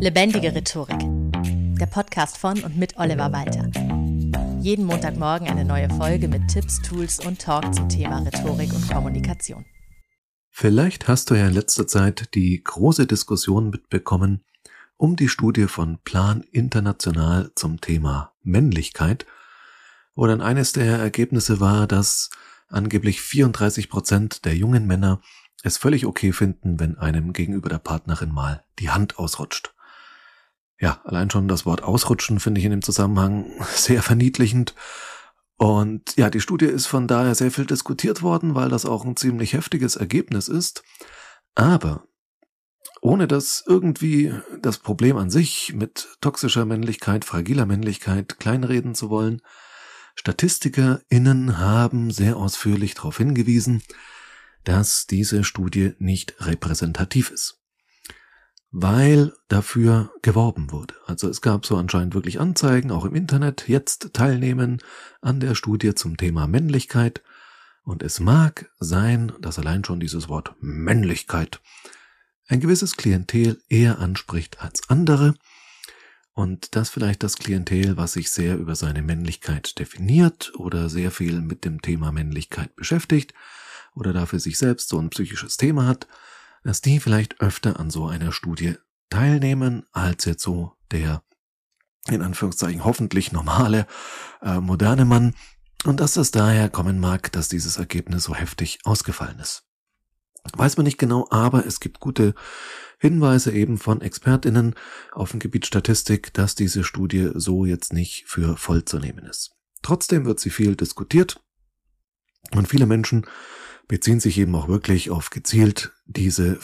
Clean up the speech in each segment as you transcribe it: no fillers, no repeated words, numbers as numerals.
Lebendige Rhetorik. Der Podcast von und mit Oliver Walter. Jeden Montagmorgen eine neue Folge mit Tipps, Tools und Talk zum Thema Rhetorik und Kommunikation. Vielleicht hast du ja in letzter Zeit die große Diskussion mitbekommen um die Studie von Plan International zum Thema Männlichkeit, wo dann eines der Ergebnisse war, dass angeblich 34% der jungen Männer es völlig okay finden, wenn einem gegenüber der Partnerin mal die Hand ausrutscht. Ja, allein schon das Wort ausrutschen finde ich in dem Zusammenhang sehr verniedlichend. Und ja, die Studie ist von daher sehr viel diskutiert worden, weil das auch ein ziemlich heftiges Ergebnis ist. Aber ohne dass irgendwie das Problem an sich mit toxischer Männlichkeit, fragiler Männlichkeit kleinreden zu wollen, StatistikerInnen haben sehr ausführlich darauf hingewiesen, dass diese Studie nicht repräsentativ ist, weil dafür geworben wurde. Also es gab so anscheinend wirklich Anzeigen, auch im Internet, jetzt teilnehmen an der Studie zum Thema Männlichkeit. Und es mag sein, dass allein schon dieses Wort Männlichkeit ein gewisses Klientel eher anspricht als andere. Und das vielleicht das Klientel, was sich sehr über seine Männlichkeit definiert oder sehr viel mit dem Thema Männlichkeit beschäftigt oder dafür sich selbst so ein psychisches Thema hat, dass die vielleicht öfter an so einer Studie teilnehmen, als jetzt so der, in Anführungszeichen, hoffentlich normale, moderne Mann, und dass es daher kommen mag, dass dieses Ergebnis so heftig ausgefallen ist. Weiß man nicht genau, aber es gibt gute Hinweise eben von ExpertInnen auf dem Gebiet Statistik, dass diese Studie so jetzt nicht für voll zu nehmen ist. Trotzdem wird sie viel diskutiert und viele Menschen beziehen sich eben auch wirklich auf gezielt diese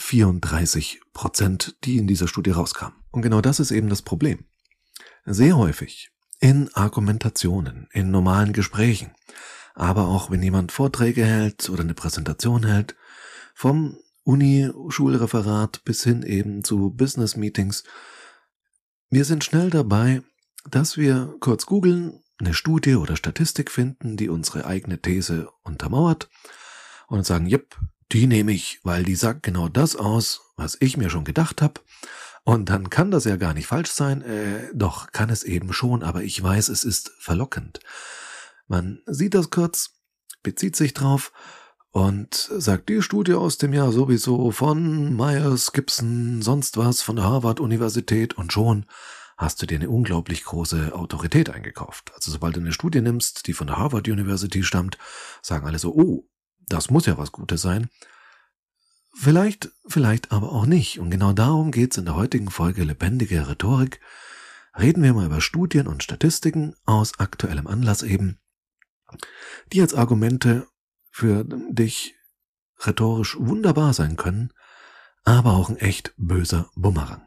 34%, die in dieser Studie rauskamen. Und genau das ist eben das Problem. Sehr häufig in Argumentationen, in normalen Gesprächen, aber auch wenn jemand Vorträge hält oder eine Präsentation hält, vom Uni-Schulreferat bis hin eben zu Business-Meetings. Wir sind schnell dabei, dass wir kurz googeln, eine Studie oder Statistik finden, die unsere eigene These untermauert und sagen, jep, die nehme ich, weil die sagt genau das aus, was ich mir schon gedacht habe. Und dann kann das ja gar nicht falsch sein. Doch, kann es eben schon, aber ich weiß, es ist verlockend. Man sieht das kurz, bezieht sich drauf und sagt, die Studie aus dem Jahr sowieso von Myers, Gibson, sonst was von der Harvard-Universität, und schon hast du dir eine unglaublich große Autorität eingekauft. Also sobald du eine Studie nimmst, die von der Harvard-University stammt, sagen alle so, oh, das muss ja was Gutes sein. Vielleicht aber auch nicht. Und genau darum geht's in der heutigen Folge Lebendige Rhetorik. Reden wir mal über Studien und Statistiken aus aktuellem Anlass eben, die als Argumente für dich rhetorisch wunderbar sein können, aber auch ein echt böser Bumerang.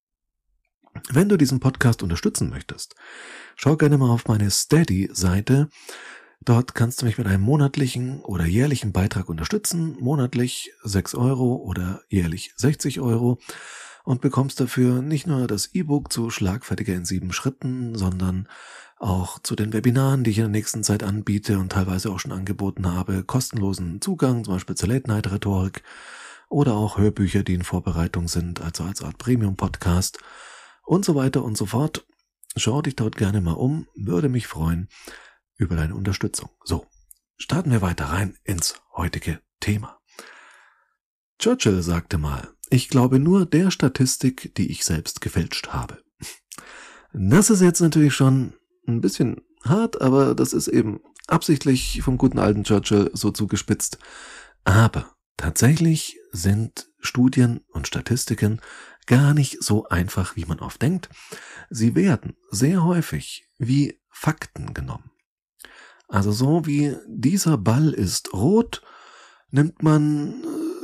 Wenn du diesen Podcast unterstützen möchtest, schau gerne mal auf meine Steady-Seite. Dort kannst du mich mit einem monatlichen oder jährlichen Beitrag unterstützen, monatlich 6 € oder jährlich 60 € und bekommst dafür nicht nur das E-Book zu Schlagfertiger in 7 Schritten, sondern auch zu den Webinaren, die ich in der nächsten Zeit anbiete und teilweise auch schon angeboten habe, kostenlosen Zugang, zum Beispiel zur Late-Night-Rhetorik oder auch Hörbücher, die in Vorbereitung sind, also als Art Premium-Podcast und so weiter und so fort. Schau dich dort gerne mal um, würde mich freuen über deine Unterstützung. So, starten wir weiter rein ins heutige Thema. Churchill sagte mal, ich glaube nur der Statistik, die ich selbst gefälscht habe. Das ist jetzt natürlich schon ein bisschen hart, aber das ist eben absichtlich vom guten alten Churchill so zugespitzt. Aber tatsächlich sind Studien und Statistiken gar nicht so einfach, wie man oft denkt. Sie werden sehr häufig wie Fakten genommen. Also so wie dieser Ball ist rot, nimmt man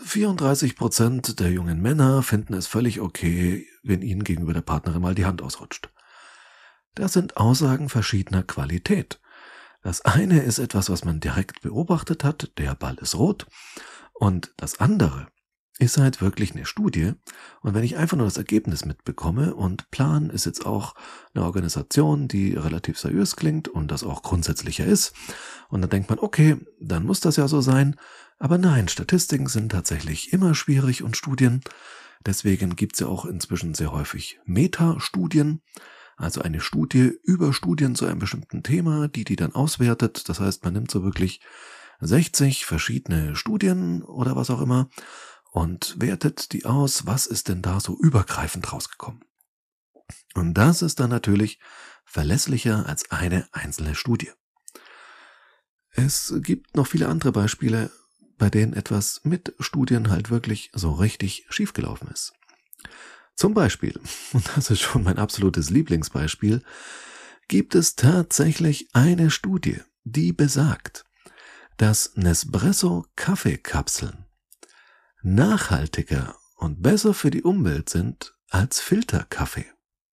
34% der jungen Männer finden es völlig okay, wenn ihnen gegenüber der Partnerin mal die Hand ausrutscht. Das sind Aussagen verschiedener Qualität. Das eine ist etwas, was man direkt beobachtet hat, der Ball ist rot, und das andere ist halt wirklich eine Studie. Und wenn ich einfach nur das Ergebnis mitbekomme, und Plan ist jetzt auch eine Organisation, die relativ seriös klingt und das auch grundsätzlicher ist, und dann denkt man, okay, dann muss das ja so sein. Aber nein, Statistiken sind tatsächlich immer schwierig und Studien, Deswegen gibt es ja auch inzwischen sehr häufig Metastudien, also eine Studie über Studien zu einem bestimmten Thema, die dann auswertet. Das heißt, man nimmt so wirklich 60 verschiedene Studien oder was auch immer und wertet die aus, was ist denn da so übergreifend rausgekommen. Und das ist dann natürlich verlässlicher als eine einzelne Studie. Es gibt noch viele andere Beispiele, bei denen etwas mit Studien halt wirklich so richtig schiefgelaufen ist. Zum Beispiel, und das ist schon mein absolutes Lieblingsbeispiel, gibt es tatsächlich eine Studie, die besagt, dass Nespresso-Kaffeekapseln nachhaltiger und besser für die Umwelt sind als Filterkaffee.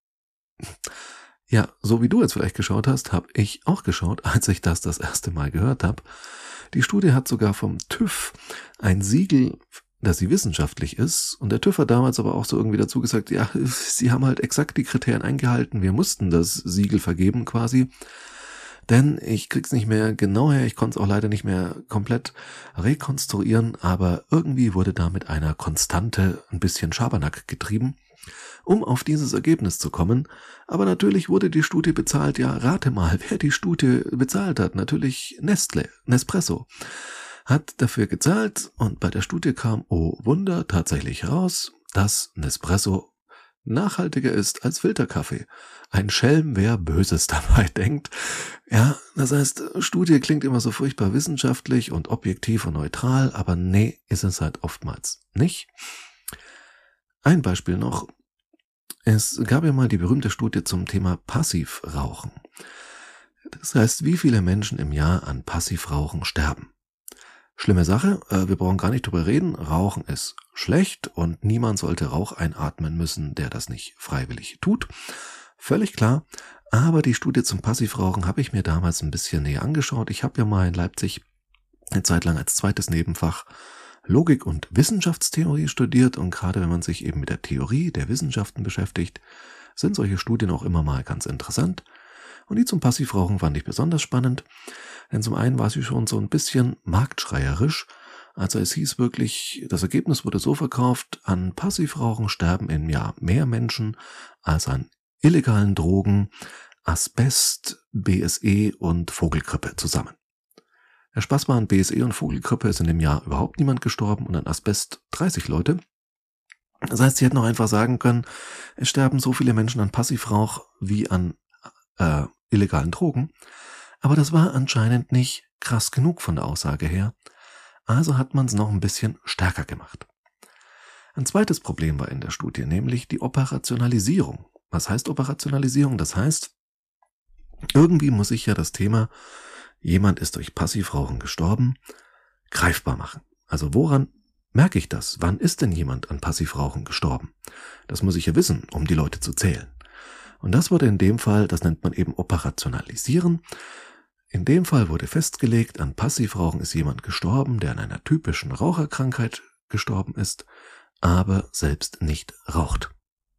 Ja, so wie du jetzt vielleicht geschaut hast, habe ich auch geschaut, als ich das erste Mal gehört habe. Die Studie hat sogar vom TÜV ein Siegel, dass sie wissenschaftlich ist. Und der TÜV hat damals aber auch so irgendwie dazu gesagt, ja, sie haben halt exakt die Kriterien eingehalten. Wir mussten das Siegel vergeben quasi. Denn ich krieg's nicht mehr genau her, ich konnte es auch leider nicht mehr komplett rekonstruieren, aber irgendwie wurde da mit einer Konstante ein bisschen Schabernack getrieben, um auf dieses Ergebnis zu kommen. Aber natürlich wurde die Studie bezahlt, ja, rate mal, wer die Studie bezahlt hat. Natürlich Nespresso hat dafür gezahlt und bei der Studie kam, oh Wunder, tatsächlich raus, dass Nespresso nachhaltiger ist als Filterkaffee. Ein Schelm, wer Böses dabei denkt. Ja, das heißt, Studie klingt immer so furchtbar wissenschaftlich und objektiv und neutral, aber nee, ist es halt oftmals nicht. Ein Beispiel noch. Es gab ja mal die berühmte Studie zum Thema Passivrauchen. Das heißt, wie viele Menschen im Jahr an Passivrauchen sterben. Schlimme Sache, wir brauchen gar nicht drüber reden, Rauchen ist schlecht und niemand sollte Rauch einatmen müssen, der das nicht freiwillig tut. Völlig klar, aber die Studie zum Passivrauchen habe ich mir damals ein bisschen näher angeschaut. Ich habe ja mal in Leipzig eine Zeit lang als zweites Nebenfach Logik und Wissenschaftstheorie studiert und gerade wenn man sich eben mit der Theorie der Wissenschaften beschäftigt, sind solche Studien auch immer mal ganz interessant. Und die zum Passivrauchen fand ich besonders spannend, denn zum einen war sie schon so ein bisschen marktschreierisch. Also es hieß wirklich, das Ergebnis wurde so verkauft, an Passivrauchen sterben im Jahr mehr Menschen als an illegalen Drogen, Asbest, BSE und Vogelgrippe zusammen. Der Spaß war, an BSE und Vogelgrippe ist in dem Jahr überhaupt niemand gestorben und an Asbest 30 Leute. Das heißt, sie hätten auch einfach sagen können, es sterben so viele Menschen an Passivrauch wie an illegalen Drogen. Aber das war anscheinend nicht krass genug von der Aussage her. Also hat man es noch ein bisschen stärker gemacht. Ein zweites Problem war in der Studie, nämlich die Operationalisierung. Was heißt Operationalisierung? Das heißt, irgendwie muss ich ja das Thema, jemand ist durch Passivrauchen gestorben, greifbar machen. Also woran merke ich das? Wann ist denn jemand an Passivrauchen gestorben? Das muss ich ja wissen, um die Leute zu zählen. Und das wurde in dem Fall, das nennt man eben operationalisieren. In dem Fall wurde festgelegt, an Passivrauchen ist jemand gestorben, der an einer typischen Raucherkrankheit gestorben ist, aber selbst nicht raucht.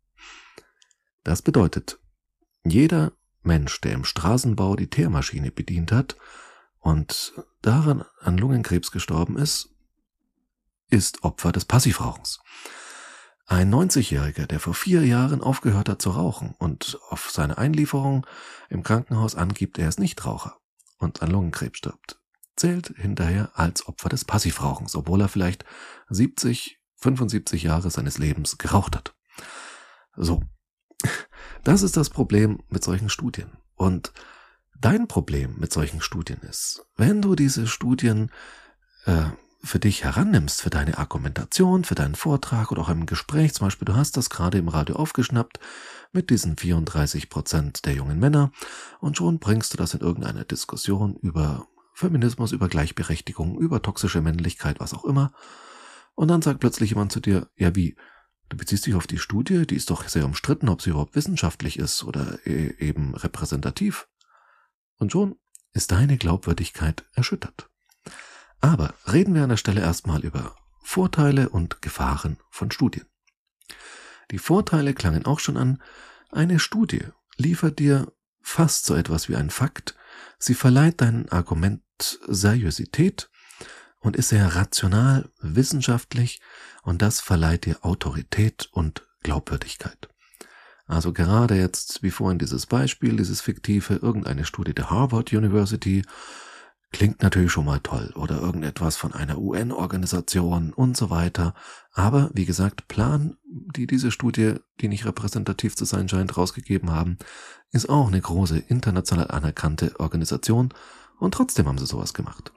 Das bedeutet, jeder Mensch, der im Straßenbau die Teermaschine bedient hat und daran an Lungenkrebs gestorben ist, ist Opfer des Passivrauchens. Ein 90-Jähriger, der vor 4 Jahren aufgehört hat zu rauchen und auf seine Einlieferung im Krankenhaus angibt, er ist Nichtraucher und an Lungenkrebs stirbt, zählt hinterher als Opfer des Passivrauchens, obwohl er vielleicht 70, 75 Jahre seines Lebens geraucht hat. So, das ist das Problem mit solchen Studien. Und dein Problem mit solchen Studien ist, wenn du diese Studien für dich herannimmst, für deine Argumentation, für deinen Vortrag oder auch im Gespräch, zum Beispiel du hast das gerade im Radio aufgeschnappt mit diesen 34% der jungen Männer und schon bringst du das in irgendeine Diskussion über Feminismus, über Gleichberechtigung, über toxische Männlichkeit, was auch immer. Und dann sagt plötzlich jemand zu dir, ja wie, du beziehst dich auf die Studie, die ist doch sehr umstritten, ob sie überhaupt wissenschaftlich ist oder eben repräsentativ. Und schon ist deine Glaubwürdigkeit erschüttert. Aber reden wir an der Stelle erstmal über Vorteile und Gefahren von Studien. Die Vorteile klangen auch schon an. Eine Studie liefert dir fast so etwas wie ein Fakt. Sie verleiht deinem Argument Seriosität und ist sehr rational, wissenschaftlich und das verleiht dir Autorität und Glaubwürdigkeit. Also gerade jetzt, wie vorhin dieses Beispiel, dieses fiktive, irgendeine Studie der Harvard University, klingt natürlich schon mal toll oder irgendetwas von einer UN-Organisation und so weiter. Aber wie gesagt, Plan, die diese Studie, die nicht repräsentativ zu sein scheint, rausgegeben haben, ist auch eine große international anerkannte Organisation und trotzdem haben sie sowas gemacht.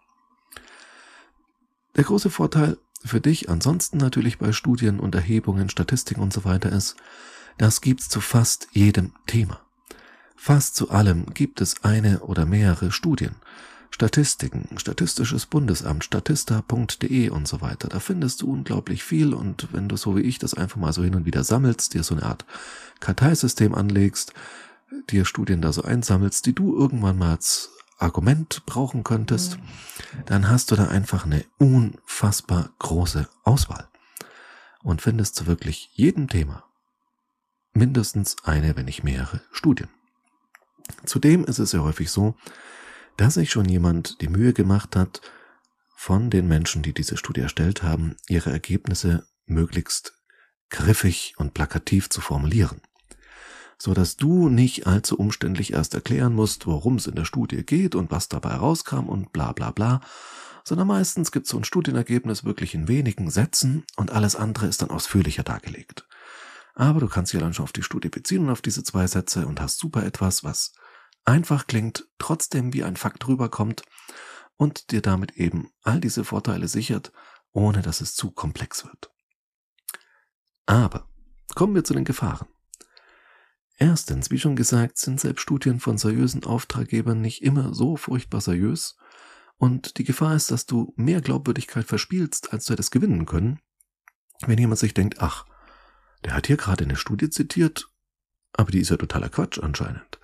Der große Vorteil für dich ansonsten natürlich bei Studien und Erhebungen, Statistiken und so weiter ist, das gibt's zu fast jedem Thema. Fast zu allem gibt es eine oder mehrere Studien. Statistiken, Statistisches Bundesamt, statista.de und so weiter. Da findest du unglaublich viel und wenn du so wie ich das einfach mal so hin und wieder sammelst, dir so eine Art Karteisystem anlegst, dir Studien da so einsammelst, die du irgendwann mal als Argument brauchen könntest, dann hast du da einfach eine unfassbar große Auswahl und findest zu wirklich jedem Thema mindestens eine, wenn nicht mehrere Studien. Zudem ist es ja häufig so, dass sich schon jemand die Mühe gemacht hat, von den Menschen, die diese Studie erstellt haben, ihre Ergebnisse möglichst griffig und plakativ zu formulieren, so dass du nicht allzu umständlich erst erklären musst, worum es in der Studie geht und was dabei rauskam und bla bla bla, sondern meistens gibt es so ein Studienergebnis wirklich in wenigen Sätzen und alles andere ist dann ausführlicher dargelegt. Aber du kannst dich dann schon auf die Studie beziehen und auf diese 2 Sätze und hast super etwas, was einfach klingt, trotzdem wie ein Fakt rüberkommt und dir damit eben all diese Vorteile sichert, ohne dass es zu komplex wird. Aber kommen wir zu den Gefahren. Erstens, wie schon gesagt, sind selbst Studien von seriösen Auftraggebern nicht immer so furchtbar seriös und die Gefahr ist, dass du mehr Glaubwürdigkeit verspielst, als du hättest gewinnen können, wenn jemand sich denkt, ach, der hat hier gerade eine Studie zitiert, aber die ist ja totaler Quatsch anscheinend.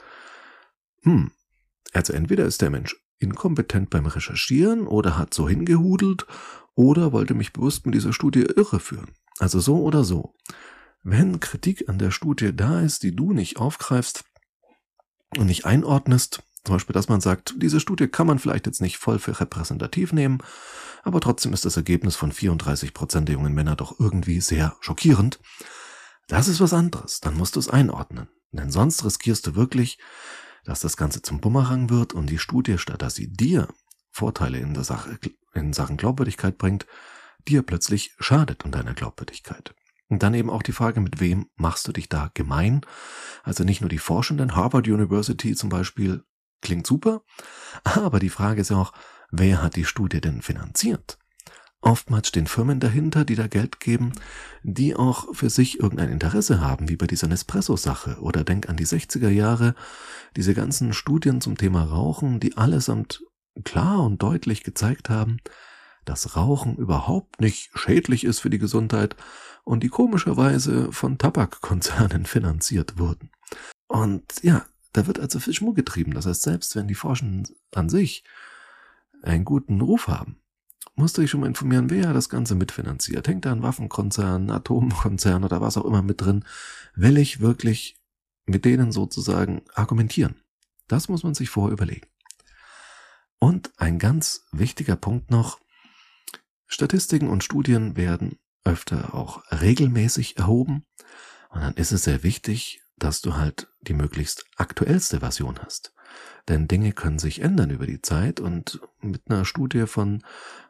Also entweder ist der Mensch inkompetent beim Recherchieren oder hat so hingehudelt oder wollte mich bewusst mit dieser Studie irreführen. Also so oder so. Wenn Kritik an der Studie da ist, die du nicht aufgreifst und nicht einordnest, zum Beispiel, dass man sagt, diese Studie kann man vielleicht jetzt nicht voll für repräsentativ nehmen, aber trotzdem ist das Ergebnis von 34% der jungen Männer doch irgendwie sehr schockierend. Das ist was anderes, dann musst du es einordnen. Denn sonst riskierst du wirklich, dass das Ganze zum Bumerang wird und die Studie, statt dass sie dir Vorteile in Sachen Glaubwürdigkeit bringt, dir plötzlich schadet und deiner Glaubwürdigkeit. Und dann eben auch die Frage, mit wem machst du dich da gemein? Also nicht nur die Forschenden, Harvard University zum Beispiel klingt super, aber die Frage ist ja auch, wer hat die Studie denn finanziert? Oftmals stehen Firmen dahinter, die da Geld geben, die auch für sich irgendein Interesse haben, wie bei dieser Nespresso-Sache. Oder denk an die 60er Jahre, diese ganzen Studien zum Thema Rauchen, die allesamt klar und deutlich gezeigt haben, dass Rauchen überhaupt nicht schädlich ist für die Gesundheit und die komischerweise von Tabakkonzernen finanziert wurden. Und ja, da wird also viel Schmuck getrieben. Das heißt, selbst wenn die Forschenden an sich einen guten Ruf haben, musst du dich schon mal informieren, wer das Ganze mitfinanziert. Hängt da ein Waffenkonzern, Atomkonzern oder was auch immer mit drin? Will ich wirklich mit denen sozusagen argumentieren? Das muss man sich vorher überlegen. Und ein ganz wichtiger Punkt noch, Statistiken und Studien werden öfter auch regelmäßig erhoben und dann ist es sehr wichtig, dass du halt die möglichst aktuellste Version hast. Denn Dinge können sich ändern über die Zeit und mit einer Studie von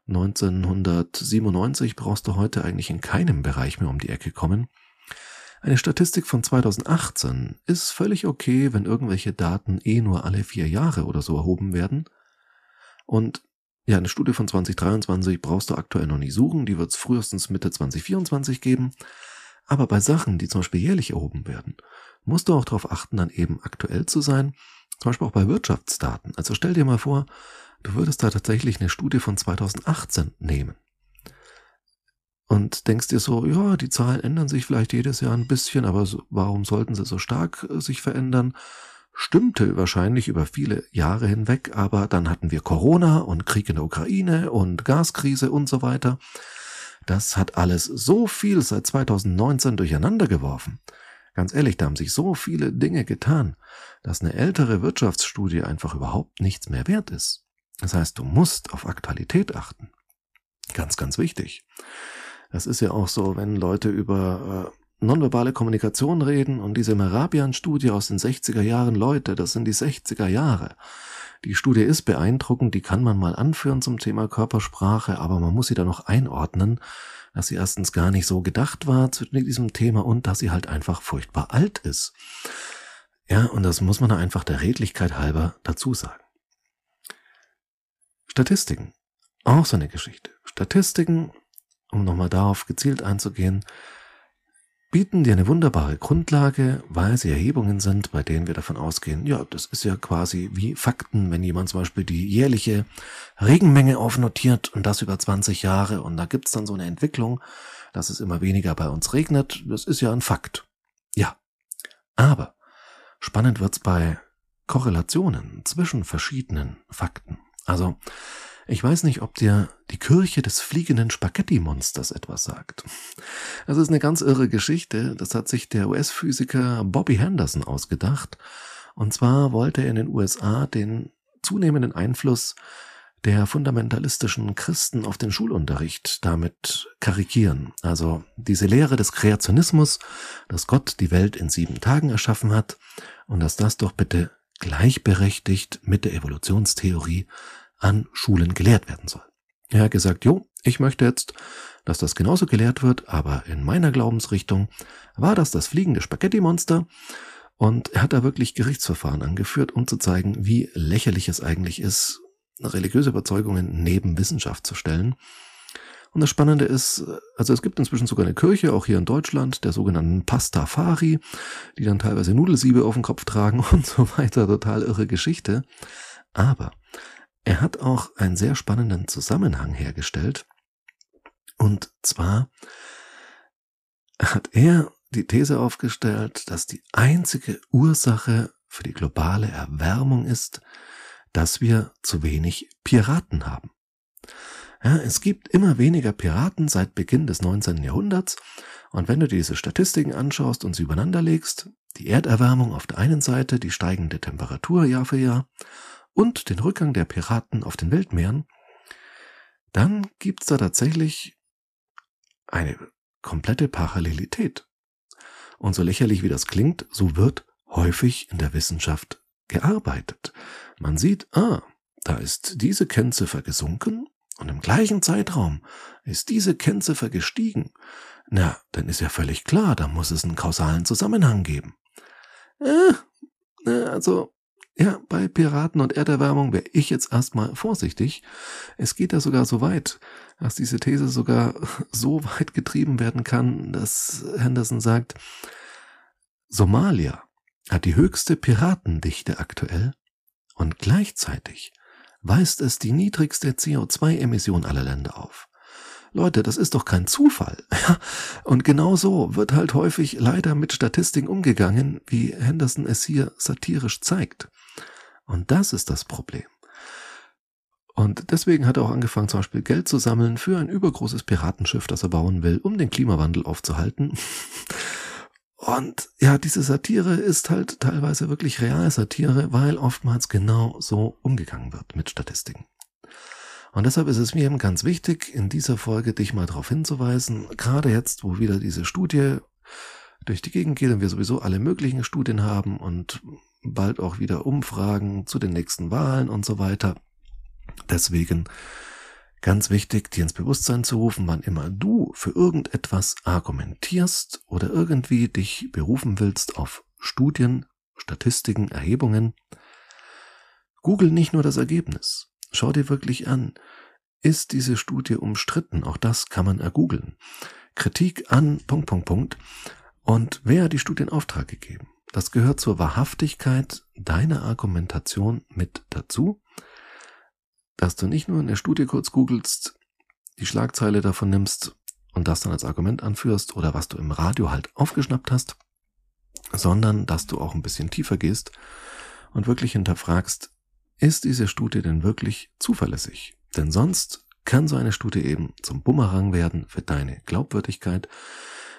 1997 brauchst du heute eigentlich in keinem Bereich mehr um die Ecke kommen. Eine Statistik von 2018 ist völlig okay, wenn irgendwelche Daten nur alle 4 Jahre oder so erhoben werden. Und ja, eine Studie von 2023 brauchst du aktuell noch nicht suchen, die wird es frühestens Mitte 2024 geben. Aber bei Sachen, die zum Beispiel jährlich erhoben werden, musst du auch darauf achten, dann eben aktuell zu sein. Zum Beispiel auch bei Wirtschaftsdaten. Also stell dir mal vor, du würdest da tatsächlich eine Studie von 2018 nehmen. Und denkst dir so, ja, die Zahlen ändern sich vielleicht jedes Jahr ein bisschen, aber warum sollten sie so stark sich verändern? Stimmte wahrscheinlich über viele Jahre hinweg, aber dann hatten wir Corona und Krieg in der Ukraine und Gaskrise und so weiter. Das hat alles so viel seit 2019 durcheinander geworfen. Ganz ehrlich, da haben sich so viele Dinge getan, dass eine ältere Wirtschaftsstudie einfach überhaupt nichts mehr wert ist. Das heißt, du musst auf Aktualität achten. Ganz, ganz wichtig. Das ist ja auch so, wenn Leute über nonverbale Kommunikation reden und diese Mehrabian-Studie aus den 60er Jahren, Leute, das sind die 60er Jahre. Die Studie ist beeindruckend, die kann man mal anführen zum Thema Körpersprache, aber man muss sie dann noch einordnen, dass sie erstens gar nicht so gedacht war zu diesem Thema und dass sie halt einfach furchtbar alt ist. Ja, und das muss man einfach der Redlichkeit halber dazu sagen. Statistiken, auch so eine Geschichte. Statistiken, um nochmal darauf gezielt einzugehen, bieten dir eine wunderbare Grundlage, weil sie Erhebungen sind, bei denen wir davon ausgehen, ja, das ist ja quasi wie Fakten, wenn jemand zum Beispiel die jährliche Regenmenge aufnotiert und das über 20 Jahre und da gibt's dann so eine Entwicklung, dass es immer weniger bei uns regnet, das ist ja ein Fakt. Ja, aber spannend wird's bei Korrelationen zwischen verschiedenen Fakten. Also, ich weiß nicht, ob dir die Kirche des fliegenden Spaghetti-Monsters etwas sagt. Das ist eine ganz irre Geschichte. Das hat sich der US-Physiker Bobby Henderson ausgedacht. Und zwar wollte er in den USA den zunehmenden Einfluss der fundamentalistischen Christen auf den Schulunterricht damit karikieren. Also diese Lehre des Kreationismus, dass Gott die Welt in 7 Tagen erschaffen hat und dass das doch bitte gleichberechtigt mit der Evolutionstheorie an Schulen gelehrt werden soll. Er hat gesagt, ich möchte jetzt, dass das genauso gelehrt wird, aber in meiner Glaubensrichtung war das fliegende Spaghetti-Monster und er hat da wirklich Gerichtsverfahren angeführt, um zu zeigen, wie lächerlich es eigentlich ist, religiöse Überzeugungen neben Wissenschaft zu stellen. Und das Spannende ist, also es gibt inzwischen sogar eine Kirche, auch hier in Deutschland, der sogenannten Pastafari, die dann teilweise Nudelsiebe auf dem Kopf tragen und so weiter, total irre Geschichte. Aber er hat auch einen sehr spannenden Zusammenhang hergestellt. Und zwar hat er die These aufgestellt, dass die einzige Ursache für die globale Erwärmung ist, dass wir zu wenig Piraten haben. Ja, es gibt immer weniger Piraten seit Beginn des 19. Jahrhunderts. Und wenn du diese Statistiken anschaust und sie übereinander legst, die Erderwärmung auf der einen Seite, die steigende Temperatur Jahr für Jahr und den Rückgang der Piraten auf den Weltmeeren, dann gibt's da tatsächlich eine komplette Parallelität. Und so lächerlich wie das klingt, so wird häufig in der Wissenschaft gearbeitet. Man sieht, da ist diese Kennziffer gesunken und im gleichen Zeitraum ist diese Kennziffer gestiegen. Na, dann ist ja völlig klar, da muss es einen kausalen Zusammenhang geben. Bei Piraten und Erderwärmung wäre ich jetzt erstmal vorsichtig. Es geht ja sogar so weit, dass diese These sogar so weit getrieben werden kann, dass Henderson sagt, Somalia hat die höchste Piratendichte aktuell und gleichzeitig weist es die niedrigste CO2-Emission aller Länder auf. Leute, das ist doch kein Zufall. Und genau so wird halt häufig leider mit Statistiken umgegangen, wie Henderson es hier satirisch zeigt. Und das ist das Problem. Und deswegen hat er auch angefangen, zum Beispiel Geld zu sammeln für ein übergroßes Piratenschiff, das er bauen will, um den Klimawandel aufzuhalten. Und ja, diese Satire ist halt teilweise wirklich Realsatire, weil oftmals genau so umgegangen wird mit Statistiken. Und deshalb ist es mir eben ganz wichtig, in dieser Folge dich mal darauf hinzuweisen, gerade jetzt, wo wieder diese Studie durch die Gegend geht und wir sowieso alle möglichen Studien haben und bald auch wieder Umfragen zu den nächsten Wahlen und so weiter. Deswegen ganz wichtig, dir ins Bewusstsein zu rufen, wann immer du für irgendetwas argumentierst oder irgendwie dich berufen willst auf Studien, Statistiken, Erhebungen. Google nicht nur das Ergebnis. Schau dir wirklich an, ist diese Studie umstritten? Auch das kann man ergoogeln. Kritik an ... Und wer hat die Studie in Auftrag gegeben? Das gehört zur Wahrhaftigkeit deiner Argumentation mit dazu, dass du nicht nur in der Studie kurz googelst, die Schlagzeile davon nimmst und das dann als Argument anführst oder was du im Radio halt aufgeschnappt hast, sondern dass du auch ein bisschen tiefer gehst und wirklich hinterfragst, ist diese Studie denn wirklich zuverlässig? Denn sonst kann so eine Studie eben zum Bumerang werden für deine Glaubwürdigkeit.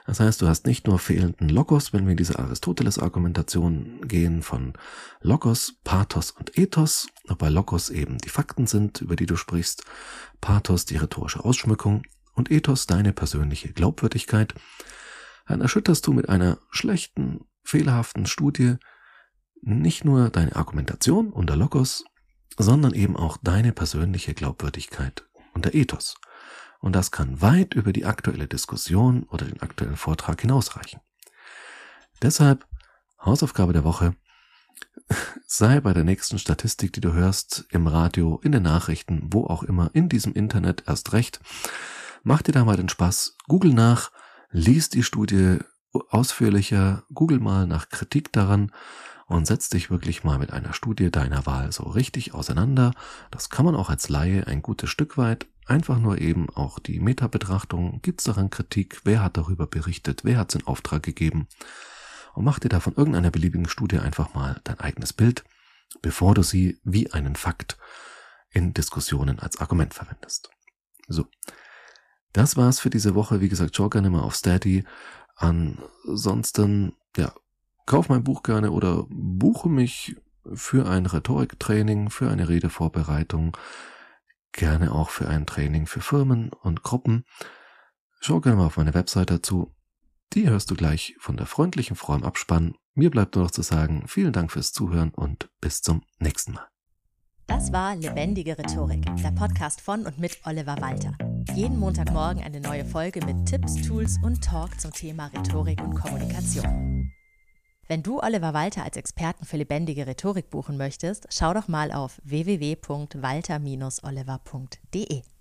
Das heißt, du hast nicht nur fehlenden Logos, wenn wir in diese Aristoteles-Argumentation gehen von Logos, Pathos und Ethos, wobei Logos eben die Fakten sind, über die du sprichst, Pathos die rhetorische Ausschmückung und Ethos deine persönliche Glaubwürdigkeit, dann erschütterst du mit einer schlechten, fehlerhaften Studie nicht nur deine Argumentation unter Logos, sondern eben auch deine persönliche Glaubwürdigkeit unter Ethos. Und das kann weit über die aktuelle Diskussion oder den aktuellen Vortrag hinausreichen. Deshalb, Hausaufgabe der Woche, sei bei der nächsten Statistik, die du hörst, im Radio, in den Nachrichten, wo auch immer, in diesem Internet erst recht. Mach dir da mal den Spaß, google nach, lies die Studie ausführlicher, google mal nach Kritik daran und setz dich wirklich mal mit einer Studie deiner Wahl so richtig auseinander. Das kann man auch als Laie ein gutes Stück weit. Einfach nur eben auch die Metabetrachtung. Gibt es daran Kritik? Wer hat darüber berichtet? Wer hat es in Auftrag gegeben? Und mach dir da von irgendeiner beliebigen Studie einfach mal dein eigenes Bild, bevor du sie wie einen Fakt in Diskussionen als Argument verwendest. So, das war's für diese Woche. Wie gesagt, schau gerne mal auf Steady. Ansonsten, ja, kauf mein Buch gerne oder buche mich für ein Rhetoriktraining, für eine Redevorbereitung, gerne auch für ein Training für Firmen und Gruppen. Schau gerne mal auf meine Website dazu. Die hörst du gleich von der freundlichen Frau im Abspann. Mir bleibt nur noch zu sagen, vielen Dank fürs Zuhören und bis zum nächsten Mal. Das war Lebendige Rhetorik, der Podcast von und mit Oliver Walter. Jeden Montagmorgen eine neue Folge mit Tipps, Tools und Talk zum Thema Rhetorik und Kommunikation. Wenn du Oliver Walter als Experten für lebendige Rhetorik buchen möchtest, schau doch mal auf www.walter-oliver.de.